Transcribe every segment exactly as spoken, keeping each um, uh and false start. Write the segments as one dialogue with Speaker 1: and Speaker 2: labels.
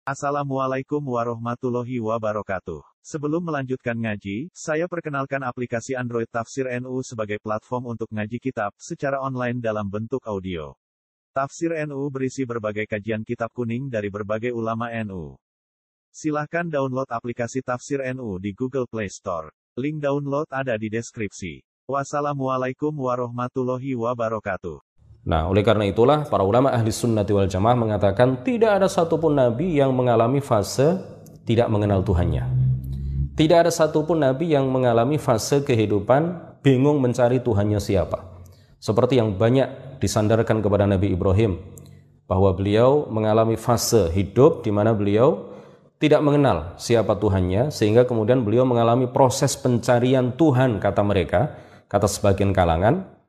Speaker 1: Assalamualaikum warahmatullahi wabarakatuh. Sebelum melanjutkan ngaji, saya perkenalkan aplikasi Android Tafsir N U sebagai platform untuk ngaji kitab secara online dalam bentuk audio. Tafsir N U berisi berbagai kajian kitab kuning dari berbagai ulama N U. Silahkan download aplikasi Tafsir N U di Google Play Store. Link download ada di deskripsi. Wassalamualaikum warahmatullahi wabarakatuh.
Speaker 2: Nah, oleh karena itulah para ulama ahli sunnati wal jamaah mengatakan tidak ada satupun nabi yang mengalami fase tidak mengenal Tuhannya. Tidak ada satupun nabi yang mengalami fase kehidupan bingung mencari Tuhannya siapa. Seperti yang banyak disandarkan kepada Nabi Ibrahim, bahwa beliau mengalami fase hidup di mana beliau tidak mengenal siapa Tuhannya, sehingga kemudian beliau mengalami proses pencarian Tuhan, kata mereka, kata sebagian kalangan.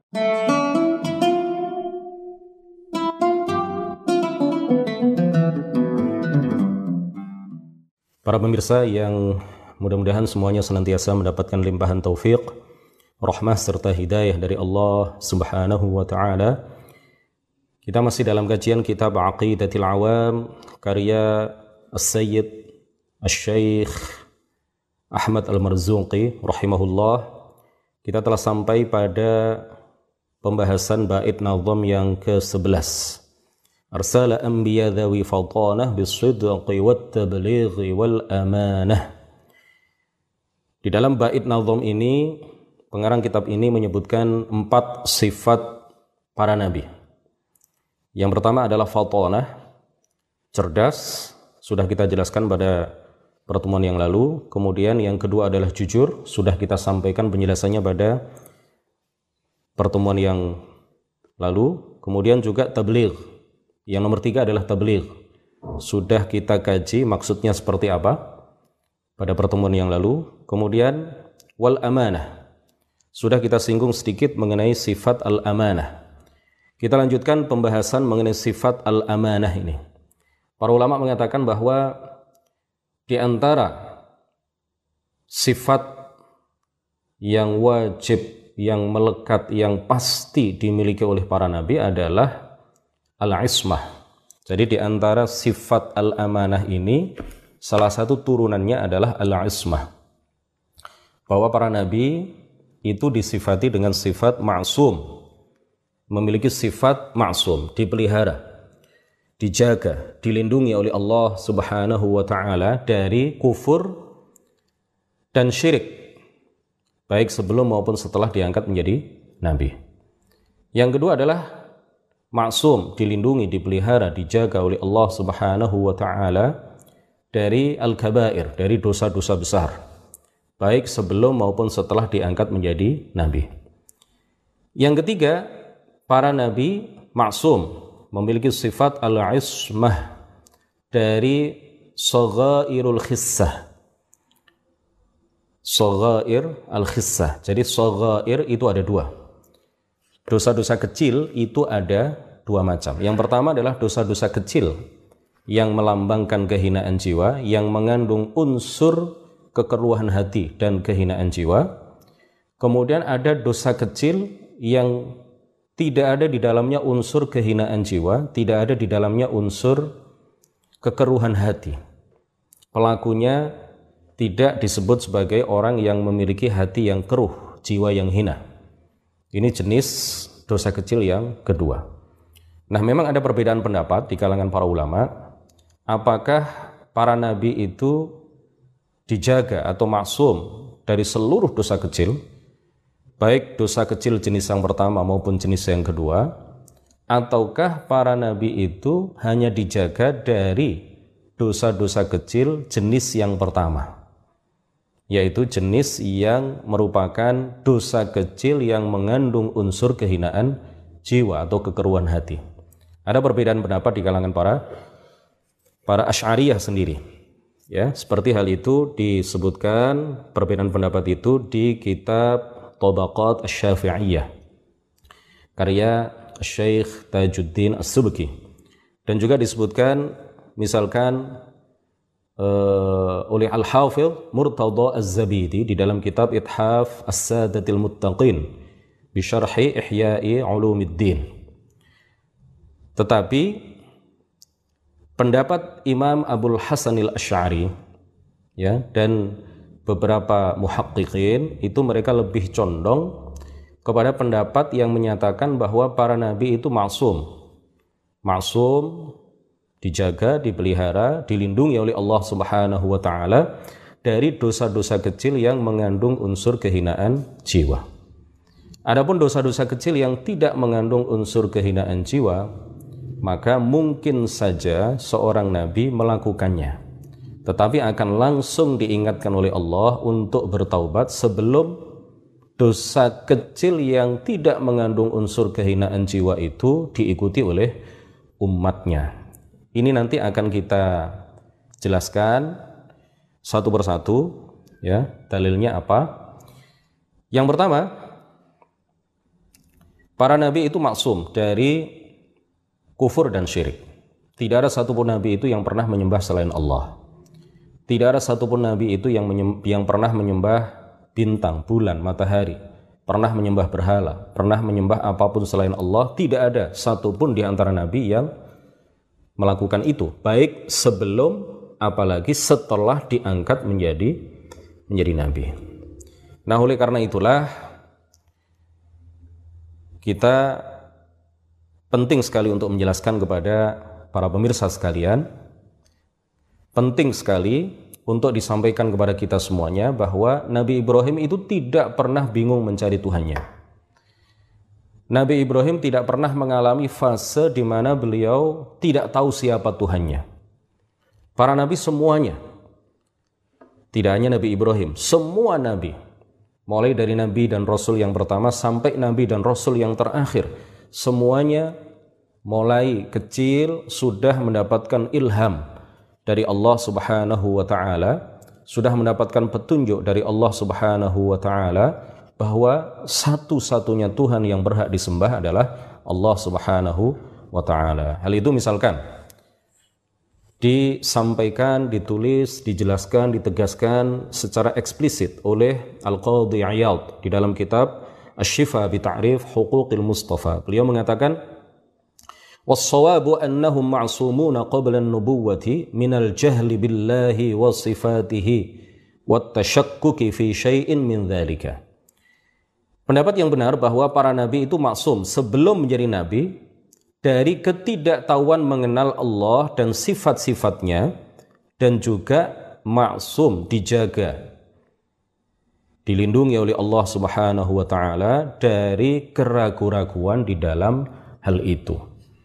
Speaker 2: Para pemirsa yang mudah-mudahan semuanya senantiasa mendapatkan limpahan taufik, rahmah serta hidayah dari Allah Subhanahu wa taala. Kita masih dalam kajian kitab Aqidatul Awam karya As-Sayyid Asy-Syaikh Ahmad Al-Marzuqi rahimahullah. Kita telah sampai pada pembahasan bait nazam yang ke sebelas. Arsala anbiya dhawi fatanah bisidqi wat tablighi wal amanah. Di dalam bait nazam ini, pengarang kitab ini menyebutkan empat sifat para nabi. Yang pertama adalah fatanah, cerdas, sudah kita jelaskan pada pertemuan yang lalu. Kemudian yang kedua adalah jujur, sudah kita sampaikan penjelasannya pada pertemuan yang lalu. Kemudian juga tabligh. Yang nomor tiga adalah tabligh. Sudah kita kaji maksudnya seperti apa pada pertemuan yang lalu. Kemudian wal amanah. Sudah kita singgung sedikit mengenai sifat al-amanah. Kita lanjutkan pembahasan mengenai sifat al-amanah ini. Para ulama mengatakan bahwa di antara sifat yang wajib, yang melekat, yang pasti dimiliki oleh para nabi adalah al-ismah. Jadi di antara sifat al-amanah ini, salah satu turunannya adalah al-ismah. Bahwa para nabi itu disifati dengan sifat ma'sum, memiliki sifat ma'sum, dipelihara, dijaga, dilindungi oleh Allah Subhanahu wa taala dari kufur dan syirik, baik sebelum maupun setelah diangkat menjadi nabi. Yang kedua adalah maksum, dilindungi, dipelihara, dijaga oleh Allah Subhanahu wa taala dari al-kabair, dari dosa-dosa besar, baik sebelum maupun setelah diangkat menjadi nabi. Yang ketiga, para nabi maksum, memiliki sifat al-ismah dari shaghairul khissah. Shaghair al-khissah. Jadi shaghair itu ada dua. Dosa-dosa kecil itu ada dua macam. Yang pertama adalah dosa-dosa kecil yang melambangkan kehinaan jiwa, yang mengandung unsur kekeruhan hati dan kehinaan jiwa. Kemudian ada dosa kecil yang tidak ada di dalamnya unsur kehinaan jiwa, tidak ada di dalamnya unsur kekeruhan hati. Pelakunya tidak disebut sebagai orang yang memiliki hati yang keruh, jiwa yang hina. Ini jenis dosa kecil yang kedua. Nah, memang ada perbedaan pendapat di kalangan para ulama, apakah para nabi itu dijaga atau maksum dari seluruh dosa kecil, baik dosa kecil jenis yang pertama maupun jenis yang kedua, ataukah para nabi itu hanya dijaga dari dosa-dosa kecil jenis yang pertama, yaitu jenis yang merupakan dosa kecil yang mengandung unsur kehinaan jiwa atau kekeruhan hati. Ada perbedaan pendapat di kalangan para para Asy'ariyah sendiri. Ya, seperti hal itu disebutkan perbedaan pendapat itu di kitab Tabaqat Asy-Syafi'iyah karya Syekh Tajuddin As-Subki, dan juga disebutkan misalkan Uh, oleh Al-Hafidh Murtada Az-Zabidi di dalam kitab Ithaf As-Sadatil Muttaqin bi Syarhi Ihya'i Ulumiddin. Tetapi pendapat Imam Abul Hasanil Asy'ari ya dan beberapa muhaqqiqin itu mereka lebih condong kepada pendapat yang menyatakan bahwa para nabi itu maksum. Maksum, dijaga, dipelihara, dilindungi oleh Allah Subhanahu wa taala dari dosa-dosa kecil yang mengandung unsur kehinaan jiwa. Adapun dosa-dosa kecil yang tidak mengandung unsur kehinaan jiwa, maka mungkin saja seorang nabi melakukannya, tetapi akan langsung diingatkan oleh Allah untuk bertaubat sebelum dosa kecil yang tidak mengandung unsur kehinaan jiwa itu diikuti oleh umatnya. Ini nanti akan kita jelaskan satu persatu ya, dalilnya apa. Yang pertama, para nabi itu maksum dari kufur dan syirik. Tidak ada satupun nabi itu yang pernah menyembah selain Allah. Tidak ada satupun nabi itu yang menyembah, yang pernah menyembah bintang, bulan, matahari, pernah menyembah berhala, pernah menyembah apapun selain Allah. Tidak ada satupun di antara nabi yang melakukan itu, baik sebelum apalagi setelah diangkat menjadi menjadi nabi. Nah, oleh karena itulah kita penting sekali untuk menjelaskan kepada para pemirsa sekalian, penting sekali untuk disampaikan kepada kita semuanya bahwa Nabi Ibrahim itu tidak pernah bingung mencari Tuhannya. Nabi Ibrahim tidak pernah mengalami fase di mana beliau tidak tahu siapa Tuhannya. Para nabi semuanya, tidak hanya Nabi Ibrahim, semua nabi, mulai dari nabi dan rasul yang pertama sampai nabi dan rasul yang terakhir, semuanya mulai kecil sudah mendapatkan ilham dari Allah Subhanahu wa taala, sudah mendapatkan petunjuk dari Allah Subhanahu wa taala bahwa satu-satunya Tuhan yang berhak disembah adalah Allah Subhanahu wa taala. Hal itu misalkan disampaikan, ditulis, dijelaskan, ditegaskan secara eksplisit oleh Al-Qadhi Iyad di dalam kitab Asy-Syifa bi Ta'rif Huquqil Mustafa. Beliau mengatakan, "Was-shawabu annahum ma'sumuna qabla an-nubuwwati minal jahli billahi wa sifatihi wat tashakkuki fi syai'in min dzalika." Pendapat yang benar bahwa para nabi itu maksum sebelum menjadi nabi dari ketidaktahuan mengenal Allah dan sifat-sifatnya, dan juga maksum, dijaga, dilindungi oleh Allah Subhanahu wa taala dari keraguan-raguan di dalam hal itu.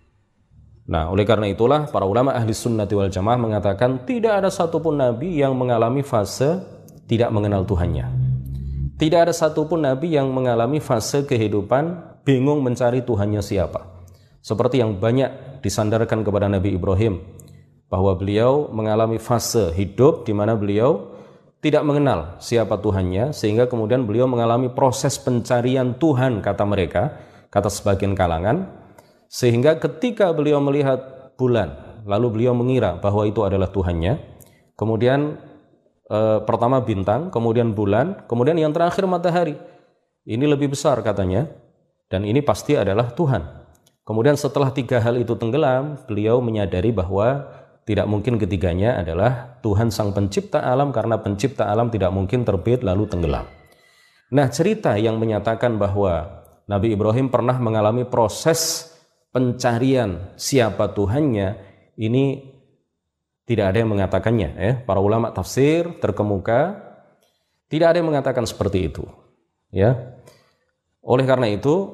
Speaker 2: Nah, oleh karena itulah para ulama ahli sunnati wal jamaah mengatakan tidak ada satupun nabi yang mengalami fase tidak mengenal Tuhannya. Tidak ada satupun nabi yang mengalami fase kehidupan bingung mencari Tuhannya siapa. Seperti yang banyak disandarkan kepada Nabi Ibrahim, bahwa beliau mengalami fase hidup di mana beliau tidak mengenal siapa Tuhannya, sehingga kemudian beliau mengalami proses pencarian Tuhan, kata mereka, kata sebagian kalangan, sehingga ketika beliau melihat bulan, lalu beliau mengira bahwa itu adalah Tuhannya, kemudian eh, pertama bintang, kemudian bulan, kemudian yang terakhir matahari. Ini lebih besar katanya, dan ini pasti adalah Tuhan. Kemudian setelah tiga hal itu tenggelam, beliau menyadari bahwa tidak mungkin ketiganya adalah Tuhan sang pencipta alam, karena pencipta alam tidak mungkin terbit lalu tenggelam. Nah, cerita yang menyatakan bahwa Nabi Ibrahim pernah mengalami proses pencarian siapa Tuhannya, ini tidak ada yang mengatakannya. Eh. Para ulama tafsir terkemuka tidak ada yang mengatakan seperti itu. Ya. Oleh karena itu,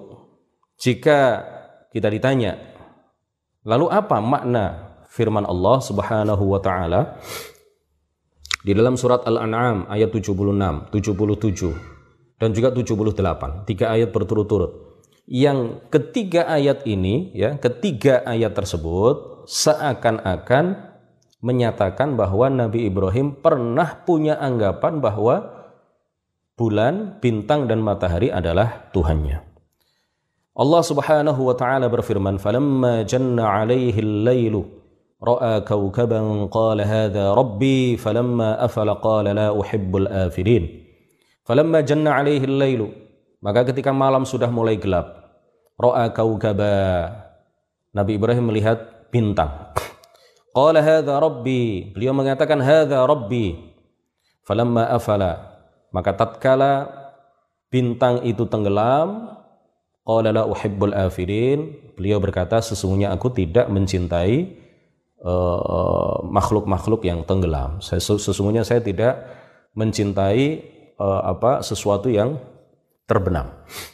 Speaker 2: jika kita ditanya, lalu apa makna firman Allah Subhanahu wa taala di dalam surat Al-An'am ayat tujuh puluh enam, tujuh puluh tujuh dan juga tujuh puluh delapan, tiga ayat berturut-turut. Yang ketiga ayat ini, ya, ketiga ayat tersebut seakan-akan menyatakan bahwa Nabi Ibrahim pernah punya anggapan bahwa bulan, bintang dan matahari adalah Tuhannya. Allah Subhanahu wa taala berfirman, "Falamma janna 'alaihi al-lailu ra'a kawkaban qala hadha rabbi falamma afala qala la uhibbul afilin." Falamma janna 'alaihi al-lailu, maka ketika malam sudah mulai gelap, ra'a kawkaba, Nabi Ibrahim melihat bintang. Qala hadza rabbi. Beliau mengatakan hadza rabbi. Falamma afala. Maka tatkala bintang itu tenggelam, qala la uhibbul afilin. Beliau berkata, sesungguhnya aku tidak mencintai uh, makhluk-makhluk yang tenggelam. Saya, sesungguhnya saya tidak mencintai uh, apa sesuatu yang terbenam.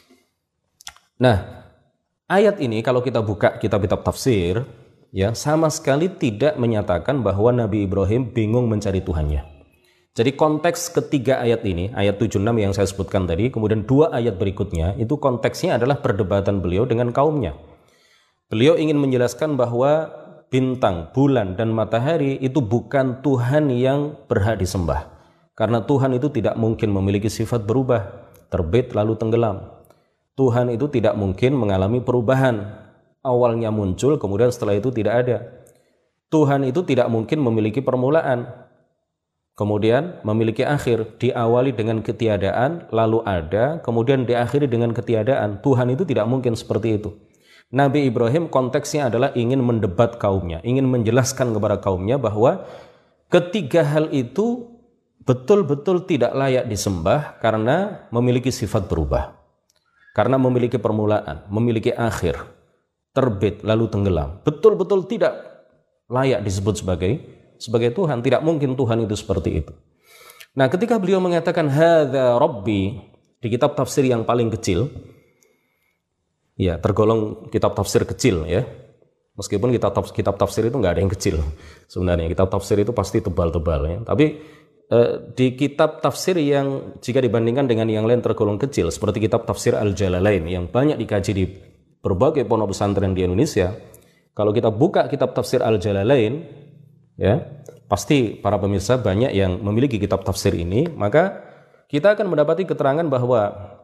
Speaker 2: Nah, ayat ini kalau kita buka kitab-kitab tafsir, ya, sama sekali tidak menyatakan bahwa Nabi Ibrahim bingung mencari Tuhannya. Jadi konteks ketiga ayat ini, ayat tujuh puluh enam yang saya sebutkan tadi, kemudian dua ayat berikutnya, itu konteksnya adalah perdebatan beliau dengan kaumnya. Beliau ingin menjelaskan bahwa bintang, bulan, dan matahari itu bukan Tuhan yang berhak disembah. Karena Tuhan itu tidak mungkin memiliki sifat berubah, terbit lalu tenggelam. Tuhan itu tidak mungkin mengalami perubahan, awalnya muncul kemudian setelah itu tidak ada. Tuhan itu tidak mungkin memiliki permulaan, kemudian memiliki akhir, diawali dengan ketiadaan lalu ada, kemudian diakhiri dengan ketiadaan. Tuhan itu tidak mungkin seperti itu. Nabi Ibrahim konteksnya adalah ingin mendebat kaumnya, ingin menjelaskan kepada kaumnya bahwa ketiga hal itu betul-betul tidak layak disembah karena memiliki sifat berubah. Karena memiliki permulaan, memiliki akhir, terbit lalu tenggelam. Betul-betul tidak layak disebut sebagai sebagai Tuhan. Tidak mungkin Tuhan itu seperti itu. Nah, ketika beliau mengatakan hadza rabbi di kitab tafsir yang paling kecil, ya tergolong kitab tafsir kecil ya. Meskipun kitab kitab tafsir itu nggak ada yang kecil sebenarnya. Kitab tafsir itu pasti tebal-tebal ya. Tapi di kitab tafsir yang jika dibandingkan dengan yang lain tergolong kecil, seperti kitab tafsir Al-Jalalain yang banyak dikaji di berbagai pondok pesantren di Indonesia, kalau kita buka kitab tafsir Al-Jalalain, ya pasti para pemirsa banyak yang memiliki kitab tafsir ini, maka kita akan mendapati keterangan bahwa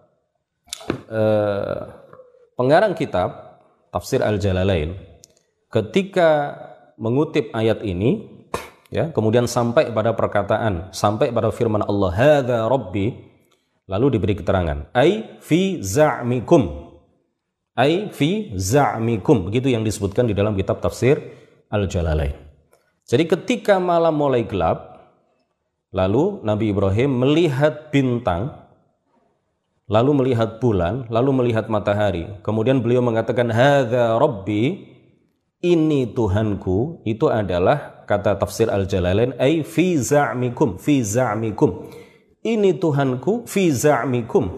Speaker 2: eh, pengarang kitab tafsir Al-Jalalain ketika mengutip ayat ini, ya, kemudian sampai pada perkataan, sampai pada firman Allah, hadza rabbi, lalu diberi keterangan, ai fi za'mikum, ai fi za'mikum, begitu yang disebutkan di dalam kitab tafsir Al-Jalalain. Jadi ketika malam mulai gelap, lalu Nabi Ibrahim melihat bintang, lalu melihat bulan, lalu melihat matahari, kemudian beliau mengatakan hadza rabbi, ini Tuhanku, itu adalah kata tafsir Al-Jalalain, ai fi za'mikum, fi za'mikum. Ini Tuhanku, fi za'mikum.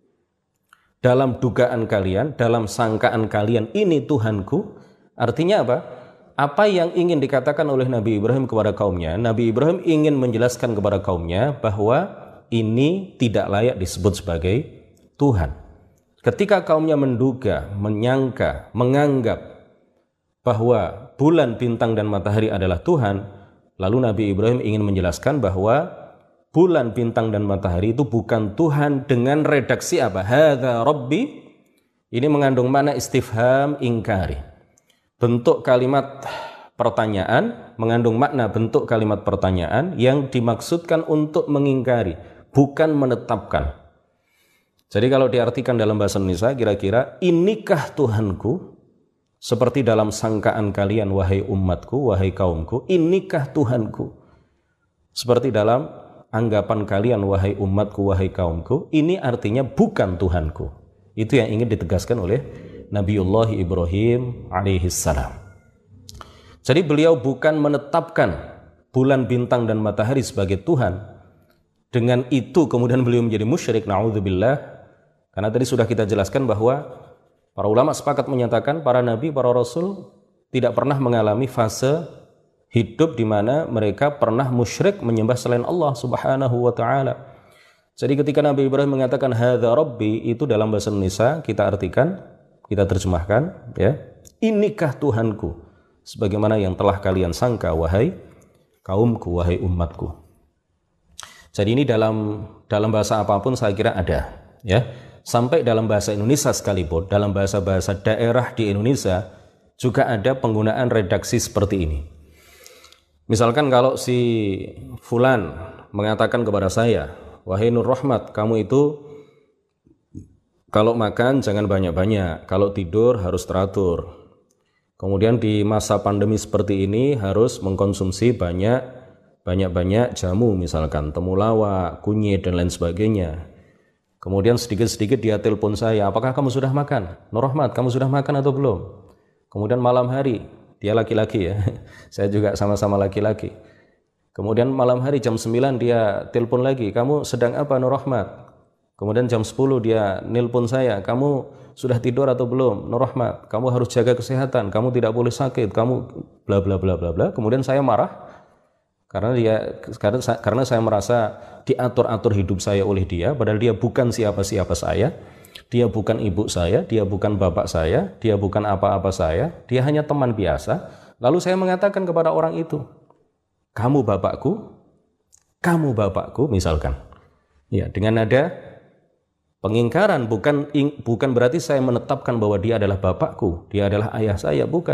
Speaker 2: Dalam dugaan kalian, dalam sangkaan kalian, ini Tuhanku. Artinya apa? Apa yang ingin dikatakan oleh Nabi Ibrahim kepada kaumnya? Nabi Ibrahim ingin menjelaskan kepada kaumnya bahwa ini tidak layak disebut sebagai Tuhan. Ketika kaumnya menduga, menyangka, menganggap bahwa bulan, bintang, dan matahari adalah Tuhan, lalu Nabi Ibrahim ingin menjelaskan bahwa bulan, bintang, dan matahari itu bukan Tuhan dengan redaksi apa? Hadza rabbi. Ini mengandung makna istifham ingkari. Bentuk kalimat pertanyaan, mengandung makna bentuk kalimat pertanyaan yang dimaksudkan untuk mengingkari, bukan menetapkan. Jadi kalau diartikan dalam bahasa Indonesia, kira-kira inikah Tuhanku? Seperti dalam sangkaan kalian, wahai umatku, wahai kaumku, inikah Tuhanku? Seperti dalam anggapan kalian, wahai umatku, wahai kaumku, ini artinya bukan Tuhanku. Itu yang ingin ditegaskan oleh Nabiullah Ibrahim alaihissalam. Jadi beliau bukan menetapkan bulan, bintang, dan matahari sebagai Tuhan. Dengan itu kemudian beliau menjadi musyrik, na'udzubillah. Karena tadi sudah kita jelaskan bahwa para ulama sepakat menyatakan para nabi, para rasul tidak pernah mengalami fase hidup di mana mereka pernah musyrik menyembah selain Allah Subhanahu wa taala. Jadi ketika Nabi Ibrahim mengatakan hadza rabbi, itu dalam bahasa Indonesia kita artikan, kita terjemahkan, ya, inikah Tuhanku sebagaimana yang telah kalian sangka, wahai kaumku, wahai umatku. Jadi ini dalam dalam bahasa apapun saya kira ada, ya. Sampai dalam bahasa Indonesia sekalipun, dalam bahasa-bahasa daerah di Indonesia juga ada penggunaan redaksi seperti ini. Misalkan kalau si fulan mengatakan kepada saya, wahai Nur Rahmat, kamu itu kalau makan jangan banyak-banyak, kalau tidur harus teratur. Kemudian di masa pandemi seperti ini harus mengkonsumsi banyak banyak-banyak jamu, misalkan temulawak, kunyit dan lain sebagainya. Kemudian sedikit-sedikit dia telepon saya, apakah kamu sudah makan? Nur Rahmat, kamu sudah makan atau belum? Kemudian malam hari, dia laki-laki ya, saya juga sama-sama laki-laki. Kemudian malam hari jam sembilan dia telepon lagi, kamu sedang apa Nur Rahmat? Kemudian jam sepuluh dia nelpon saya, kamu sudah tidur atau belum? Nur Rahmat, kamu harus jaga kesehatan, kamu tidak boleh sakit, kamu bla bla bla bla bla. Kemudian saya marah karena dia karena, karena saya merasa diatur-atur hidup saya oleh dia, padahal dia bukan siapa-siapa saya. Dia bukan ibu saya, dia bukan bapak saya, dia bukan apa-apa saya, dia hanya teman biasa. Lalu saya mengatakan kepada orang itu, kamu bapakku, kamu bapakku misalkan. Ya, dengan nada pengingkaran, bukan bukan berarti saya menetapkan bahwa dia adalah bapakku, dia adalah ayah saya, bukan.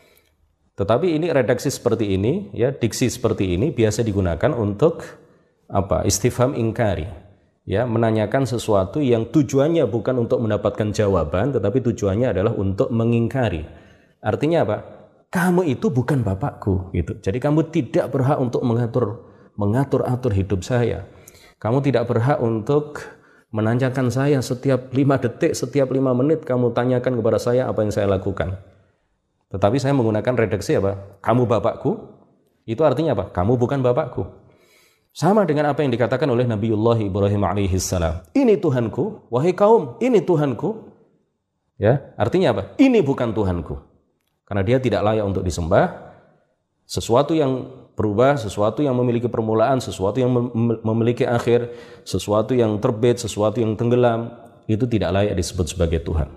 Speaker 2: Tetapi ini redaksi seperti ini, ya, diksi seperti ini biasa digunakan untuk apa? Istifham ingkari. Ya, menanyakan sesuatu yang tujuannya bukan untuk mendapatkan jawaban, tetapi tujuannya adalah untuk mengingkari. Artinya apa? Kamu itu bukan bapakku, gitu. Jadi kamu tidak berhak untuk mengatur mengatur-atur hidup saya. Kamu tidak berhak untuk menanyakan saya setiap lima detik, setiap lima menit kamu tanyakan kepada saya apa yang saya lakukan. Tetapi saya menggunakan redaksi apa? Kamu bapakku, itu artinya apa? Kamu bukan bapakku. Sama dengan apa yang dikatakan oleh Nabiullah Ibrahim alaihissalam. Ini Tuhanku, wahai kaum, ini Tuhanku. Ya, artinya apa? Ini bukan Tuhanku. Karena dia tidak layak untuk disembah. Sesuatu yang berubah, sesuatu yang memiliki permulaan, sesuatu yang memiliki akhir, sesuatu yang terbit, sesuatu yang tenggelam, itu tidak layak disebut sebagai Tuhan.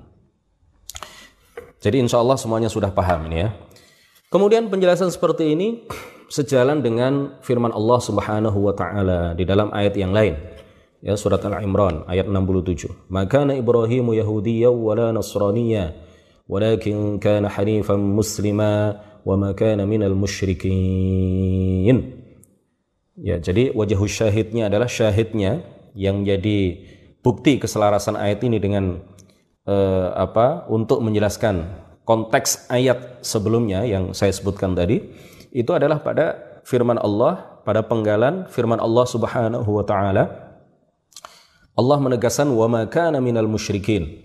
Speaker 2: Jadi insya Allah semuanya sudah paham ini ya. Kemudian penjelasan seperti ini sejalan dengan firman Allah Subhanahu wa taala di dalam ayat yang lain. Ya, surat Al-Imran ayat enam puluh tujuh. Maka Ibrahimu Yahudiyya wala Nasraniyya walakin kana hanifan muslima wa ma kana minal musyrikin. Ya, jadi wajahus syahidnya adalah syahidnya yang jadi bukti keselarasan ayat ini dengan eh, apa? Untuk menjelaskan konteks ayat sebelumnya yang saya sebutkan tadi, itu adalah pada firman Allah, pada penggalan firman Allah Subhanahu wa taala. Allah menegaskan wa ma kana minal musyrikin.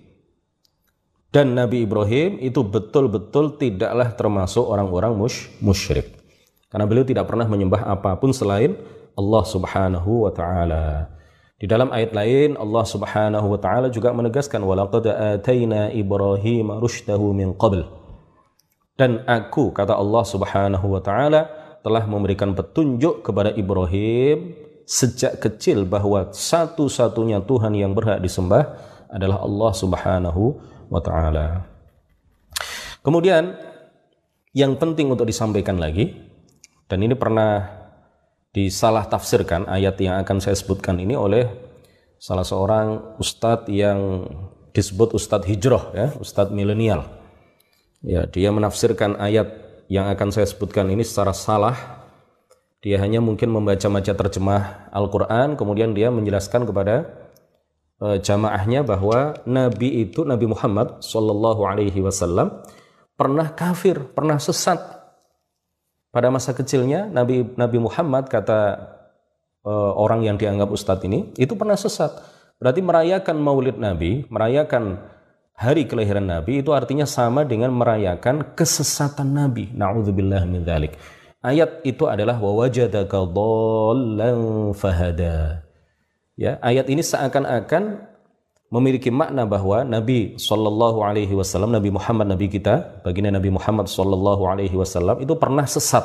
Speaker 2: Dan Nabi Ibrahim itu betul-betul tidaklah termasuk orang-orang musyrik. Karena beliau tidak pernah menyembah apapun selain Allah Subhanahu wa taala. Di dalam ayat lain Allah Subhanahu wa taala juga menegaskan walaqad ataina Ibrahim rusydahu min qabl. Dan aku, kata Allah Subhanahu wa taala, telah memberikan petunjuk kepada Ibrahim sejak kecil bahwa satu-satunya Tuhan yang berhak disembah adalah Allah Subhanahu wa ta'ala. Kemudian yang penting untuk disampaikan lagi, dan ini pernah disalah tafsirkan ayat yang akan saya sebutkan ini oleh salah seorang ustadz yang disebut ustadz hijrah, ya, ustadz milenial. Ya, dia menafsirkan ayat yang akan saya sebutkan ini secara salah. Dia hanya mungkin membaca-baca terjemah Al-Quran, kemudian dia menjelaskan kepada jamaahnya bahwa Nabi itu, Nabi Muhammad Sallallahu Alaihi Wasallam pernah kafir, pernah sesat pada masa kecilnya. Nabi Nabi Muhammad, kata uh, orang yang dianggap ustadz ini, itu pernah sesat. Berarti merayakan Maulid Nabi, merayakan hari kelahiran Nabi itu artinya sama dengan merayakan kesesatan Nabi. Na'udzubillah min dzalik. Ayat itu adalah wa wajadaka dhallan fahada. Ya, ayat ini seakan-akan memiliki makna bahwa Nabi Sallallahu Alaihi Wasallam, Nabi Muhammad, Nabi kita, baginda Nabi Muhammad Sallallahu Alaihi Wasallam itu pernah sesat.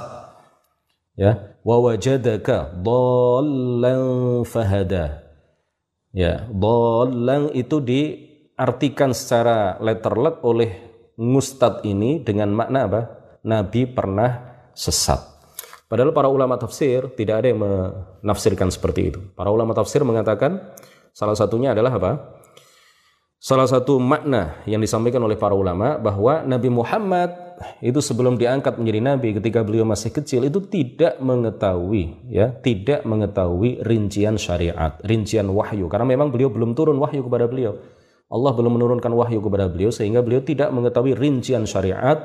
Speaker 2: Ya, wa wajadaka dhallan fahada. Ya, dhallan itu diartikan secara letterlek oleh Ustadz ini dengan makna apa? Nabi pernah sesat. Padahal para ulama tafsir tidak ada yang menafsirkan seperti itu. Para ulama tafsir mengatakan salah satunya adalah apa? Salah satu makna yang disampaikan oleh para ulama bahwa Nabi Muhammad itu sebelum diangkat menjadi nabi, ketika beliau masih kecil itu tidak mengetahui, ya, tidak mengetahui rincian syariat, rincian wahyu, karena memang beliau belum turun wahyu kepada beliau. Allah belum menurunkan wahyu kepada beliau sehingga beliau tidak mengetahui rincian syariat,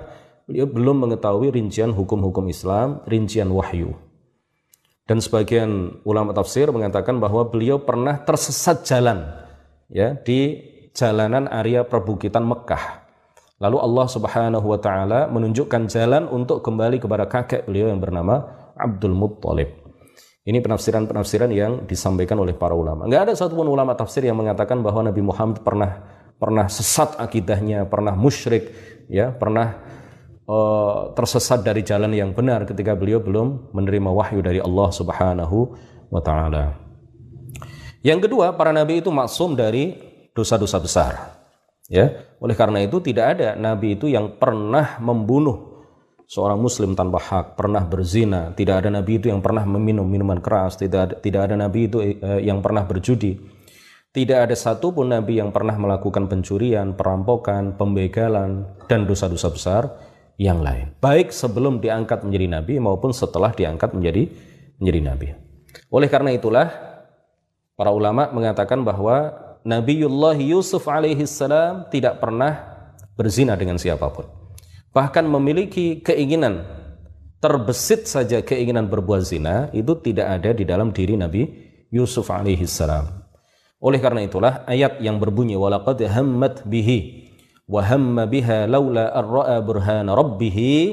Speaker 2: beliau belum mengetahui rincian hukum-hukum Islam, rincian wahyu. Dan sebagian ulama tafsir mengatakan bahwa beliau pernah tersesat jalan, ya, di jalanan area perbukitan Mekah. Lalu Allah Subhanahu wa taala menunjukkan jalan untuk kembali kepada kakek beliau yang bernama Abdul Muttalib. Ini penafsiran-penafsiran yang disampaikan oleh para ulama. Enggak ada satupun ulama tafsir yang mengatakan bahwa Nabi Muhammad pernah pernah sesat akidahnya, pernah musyrik, ya, pernah uh, tersesat dari jalan yang benar ketika beliau belum menerima wahyu dari Allah Subhanahu wa taala. Yang kedua, para nabi itu maksum dari dosa-dosa besar. Ya, oleh karena itu tidak ada nabi itu yang pernah membunuh seorang muslim tanpa hak, pernah berzina, tidak ada nabi itu yang pernah meminum minuman keras, tidak ada, tidak ada nabi itu eh, yang pernah berjudi, tidak ada satupun nabi yang pernah melakukan pencurian, perampokan, pembegalan, dan dosa-dosa besar yang lain, baik sebelum diangkat menjadi nabi maupun setelah diangkat menjadi menjadi nabi. Oleh karena itulah para ulama mengatakan bahwa Nabiullah Yusuf alaihissalam tidak pernah berzina dengan siapapun. Bahkan memiliki keinginan, terbesit saja keinginan berbuat zina, itu tidak ada di dalam diri Nabi Yusuf alaihissalam. Oleh karena itulah ayat yang berbunyi walaqad hammat bihi wa hamma biha laula ar-ra'a burhana rabbih,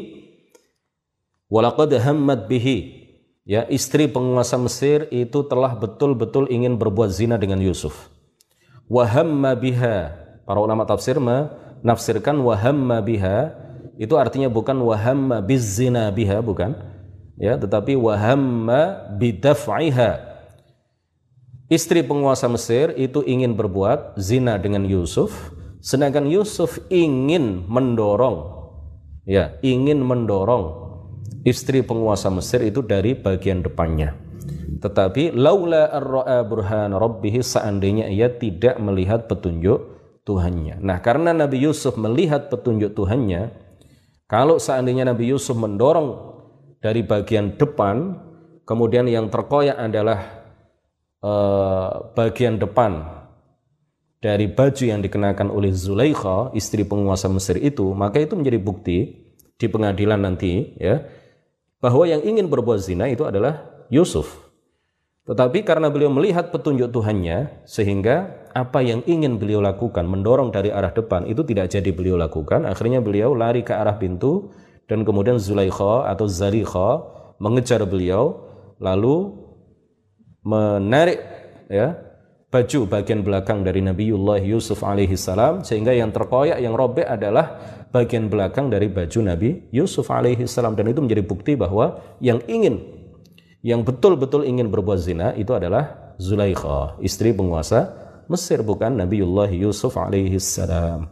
Speaker 2: walaqad hammat bihi, ya, istri penguasa Mesir itu telah betul-betul ingin berbuat zina dengan Yusuf. Wa hamma biha, para ulama tafsir menafsirkan wa hamma biha itu artinya bukan wahamma bizzina biha, bukan, ya, tetapi wahamma bidaf'iha. Istri penguasa Mesir itu ingin berbuat zina dengan Yusuf, sedangkan Yusuf ingin mendorong, ya, ingin mendorong istri penguasa Mesir itu dari bagian depannya. Tetapi laula ar-ra'a burhana rabbih, seandainya ia tidak melihat petunjuk Tuhannya. Nah, karena Nabi Yusuf melihat petunjuk Tuhannya, kalau seandainya Nabi Yusuf mendorong dari bagian depan, kemudian yang terkoyak adalah uh, bagian depan dari baju yang dikenakan oleh Zulaikha, istri penguasa Mesir itu, maka itu menjadi bukti di pengadilan nanti, ya, bahwa yang ingin berbuat zina itu adalah Yusuf. Tetapi karena beliau melihat petunjuk Tuhannya, sehingga apa yang ingin beliau lakukan, mendorong dari arah depan, itu tidak jadi beliau lakukan. Akhirnya beliau lari ke arah pintu, dan kemudian Zulaikha atau Zalikha mengejar beliau, lalu menarik, ya, baju bagian belakang dari Nabiullah Yusuf alaihissalam, sehingga yang terkoyak, yang robek adalah bagian belakang dari baju Nabi Yusuf alaihissalam. Dan itu menjadi bukti bahwa yang ingin yang betul-betul ingin berbuat zina itu adalah Zulaikha, istri penguasa Mesir, bukan Nabiullah Yusuf alaihissalam.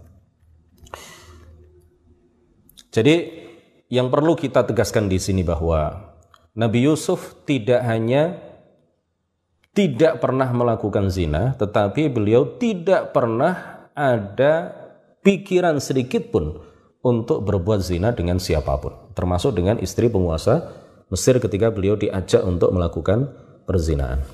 Speaker 2: Jadi yang perlu kita tegaskan di sini bahwa Nabi Yusuf tidak hanya tidak pernah melakukan zina, tetapi beliau tidak pernah ada pikiran sedikit pun untuk berbuat zina dengan siapapun, termasuk dengan istri penguasa Mesir ketika beliau diajak untuk melakukan perzinaan.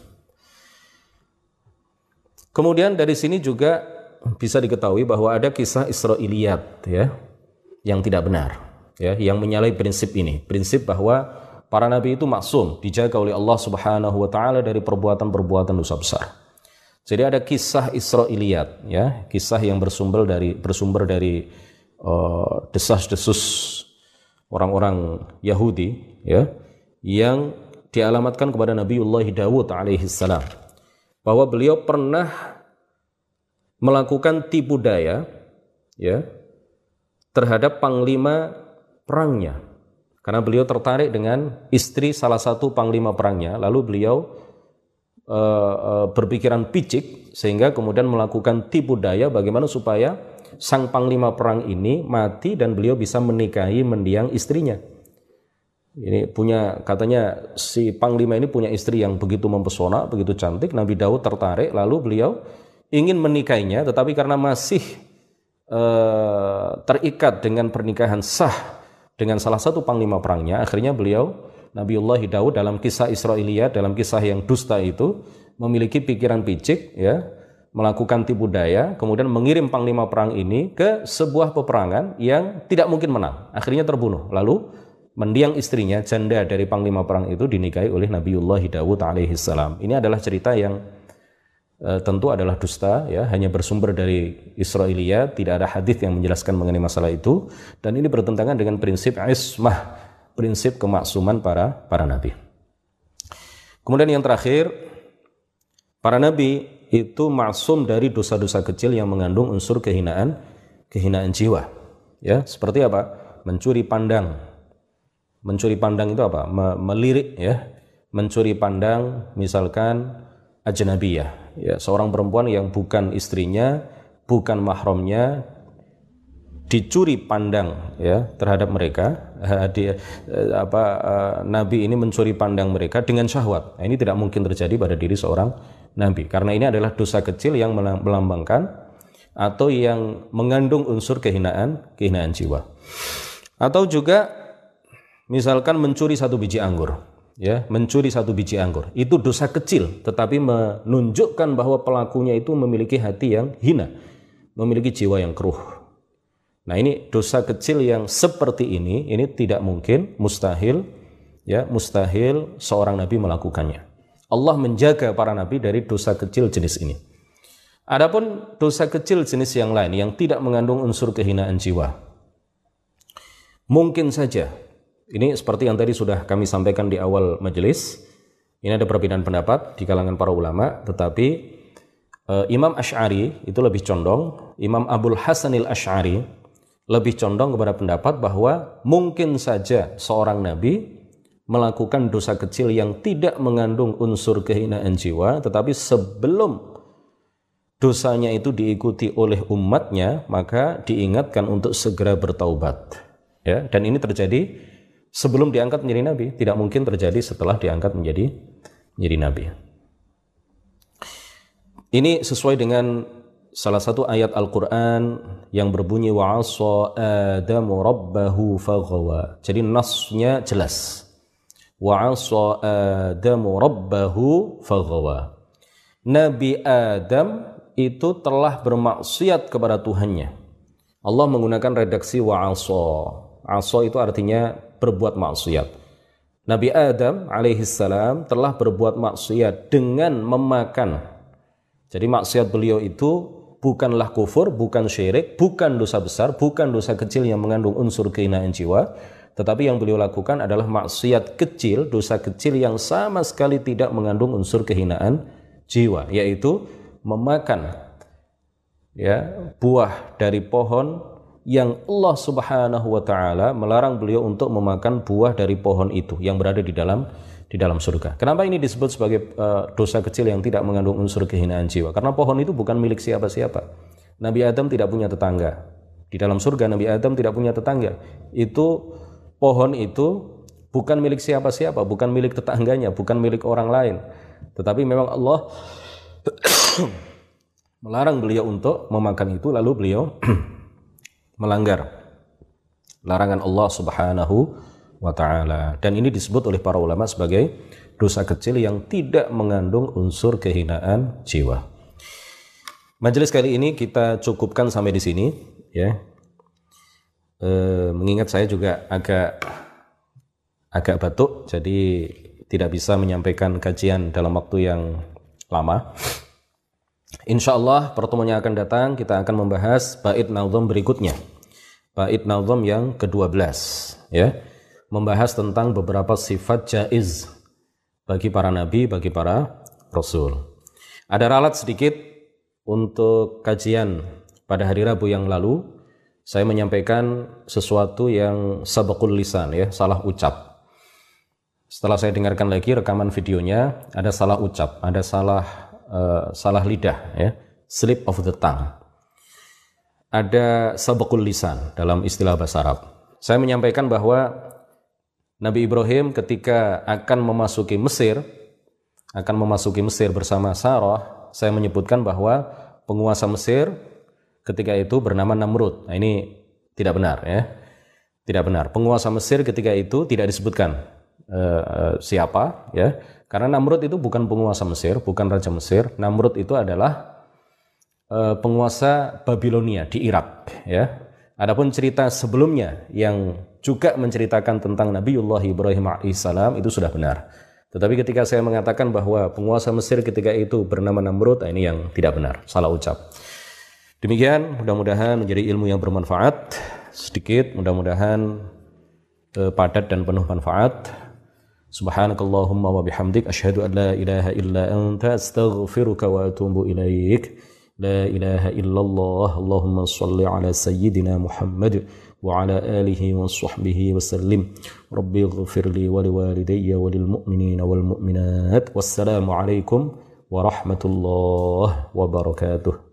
Speaker 2: Kemudian dari sini juga bisa diketahui bahwa ada kisah Israiliyat, ya, yang tidak benar, ya, yang menyalahi prinsip ini, prinsip bahwa para nabi itu maksum, dijaga oleh Allah Subhanahu wa taala dari perbuatan-perbuatan dosa besar. Jadi ada kisah Israiliyat, ya, kisah yang bersumber dari bersumber dari uh, desas-desus orang-orang Yahudi, ya, yang dialamatkan kepada Nabiullah Dawud alaihissalam, bahwa beliau pernah melakukan tipu daya, ya, terhadap panglima perangnya, karena beliau tertarik dengan istri salah satu panglima perangnya, lalu beliau uh, uh, berpikiran picik sehingga kemudian melakukan tipu daya bagaimana supaya sang panglima perang ini mati dan beliau bisa menikahi mendiang istrinya. Ini punya, katanya si panglima ini punya istri yang begitu mempesona, begitu cantik. Nabi Daud tertarik, lalu beliau ingin menikahinya, tetapi karena masih uh, terikat dengan pernikahan sah dengan salah satu panglima perangnya, akhirnya beliau, Nabiullah Daud dalam kisah Israiliyat, dalam kisah yang dusta itu, memiliki pikiran picik, ya, melakukan tipu daya, kemudian mengirim panglima perang ini ke sebuah peperangan yang tidak mungkin menang. Akhirnya terbunuh. Lalu mendiang istrinya, janda dari panglima perang itu, dinikahi oleh Nabiullah Daud alaihissalam. Ini adalah cerita yang e, tentu adalah dusta, ya, hanya bersumber dari Israiliyat, tidak ada hadis yang menjelaskan mengenai masalah itu, dan ini bertentangan dengan prinsip ismah, prinsip kemaksuman para para nabi. Kemudian yang terakhir, para nabi itu maksum dari dosa-dosa kecil yang mengandung unsur kehinaan, kehinaan jiwa. Ya, seperti apa? Mencuri pandang. Mencuri pandang itu apa? Melirik, ya. Mencuri pandang, misalkan ajnabiyah, ya, seorang perempuan yang bukan istrinya, bukan mahramnya, dicuri pandang, ya, terhadap mereka. Di, apa, Nabi ini mencuri pandang mereka dengan syahwat. Nah, ini tidak mungkin terjadi pada diri seorang Nabi, karena ini adalah dosa kecil yang melambangkan atau yang mengandung unsur kehinaan, kehinaan jiwa. Atau juga misalkan mencuri satu biji anggur, ya, mencuri satu biji anggur. Itu dosa kecil, tetapi menunjukkan bahwa pelakunya itu memiliki hati yang hina, memiliki jiwa yang keruh. Nah, ini dosa kecil yang seperti ini, ini tidak mungkin, mustahil, ya, mustahil seorang nabi melakukannya. Allah menjaga para nabi dari dosa kecil jenis ini. Adapun dosa kecil jenis yang lain yang tidak mengandung unsur kehinaan jiwa, mungkin saja, ini seperti yang tadi sudah kami sampaikan di awal majelis, ini ada perbedaan pendapat di kalangan para ulama, tetapi uh, Imam Asy'ari itu lebih condong, Imam Abul Hasanil Asy'ari lebih condong kepada pendapat bahwa mungkin saja seorang nabi melakukan dosa kecil yang tidak mengandung unsur kehinaan jiwa, tetapi sebelum dosanya itu diikuti oleh umatnya, maka diingatkan untuk segera bertaubat. Ya, dan ini terjadi sebelum diangkat menjadi nabi, tidak mungkin terjadi setelah diangkat menjadi menjadi nabi. Ini sesuai dengan salah satu ayat Al-Quran yang berbunyi wa'asa Adamu rabbahu faghawa. Jadi nasnya jelas. Wa'asa Adamu rabbahu faghawa. Nabi Adam itu telah bermaksiat kepada Tuhannya. Allah menggunakan redaksi wa'asa. Asa itu artinya berbuat maksiat. Nabi Adam alaihissalam telah berbuat maksiat dengan memakan. Jadi maksiat beliau itu bukanlah kufur, bukan syirik, bukan dosa besar, bukan dosa kecil yang mengandung unsur kehinaan jiwa, tetapi yang beliau lakukan adalah maksiat kecil, dosa kecil yang sama sekali tidak mengandung unsur kehinaan jiwa, yaitu memakan, ya, buah dari pohon yang Allah Subhanahu wa taala melarang beliau untuk memakan buah dari pohon itu yang berada di dalam di dalam surga. Kenapa ini disebut sebagai uh, dosa kecil yang tidak mengandung unsur kehinaan jiwa? Karena pohon itu bukan milik siapa-siapa. Nabi Adam tidak punya tetangga. Di dalam surga Nabi Adam tidak punya tetangga. Itu pohon itu bukan milik siapa-siapa, bukan milik tetangganya, bukan milik orang lain. Tetapi memang Allah melarang beliau untuk memakan itu, lalu beliau melanggar larangan Allah Subhanahu wa ta'ala. Dan ini disebut oleh para ulama sebagai dosa kecil yang tidak mengandung unsur kehinaan jiwa. Majelis kali ini kita cukupkan sampai di sini, ya. E, mengingat saya juga agak agak batuk, jadi tidak bisa menyampaikan kajian dalam waktu yang lama. Insya Allah pertemuan yang akan datang kita akan membahas bait nazam berikutnya, bait nazam yang kedua belas, ya, membahas tentang beberapa sifat jaiz bagi para nabi, bagi para rasul. Ada ralat sedikit untuk kajian pada hari Rabu yang lalu. Saya menyampaikan sesuatu yang sabaqul lisan, ya, salah ucap. Setelah saya dengarkan lagi rekaman videonya, ada salah ucap, ada salah uh, salah lidah, ya, slip of the tongue. Ada sabaqul lisan dalam istilah bahasa Arab. Saya menyampaikan bahwa Nabi Ibrahim ketika akan memasuki Mesir, akan memasuki Mesir bersama Sarah, saya menyebutkan bahwa penguasa Mesir ketika itu bernama Namrud. Nah, ini tidak benar, ya. Tidak benar. Penguasa Mesir ketika itu tidak disebutkan uh, uh, siapa, ya. Karena Namrud itu bukan penguasa Mesir, bukan raja Mesir. Namrud itu adalah uh, penguasa Babilonia di Irak, ya. Adapun cerita sebelumnya yang juga menceritakan tentang Nabiullah Ibrahim alaihissalam itu sudah benar. Tetapi ketika saya mengatakan bahwa penguasa Mesir ketika itu bernama Namrud, ini yang tidak benar, salah ucap. Demikian, mudah-mudahan menjadi ilmu yang bermanfaat. Sedikit, mudah-mudahan eh, padat dan penuh manfaat. Subhanakallahumma wa bihamdik asyhadu an la ilaha illa anta astaghfiruka wa atubu ilaik. La ilaha illallah. Allahumma salli ala sayyidina Muhammad wa ala alihi wa sahbihi wa sallim. Rabbi ighfirli wa liwalidayya wa lil mu'minina wal mu'minat. Wassalamu alaikum warahmatullahi wabarakatuh.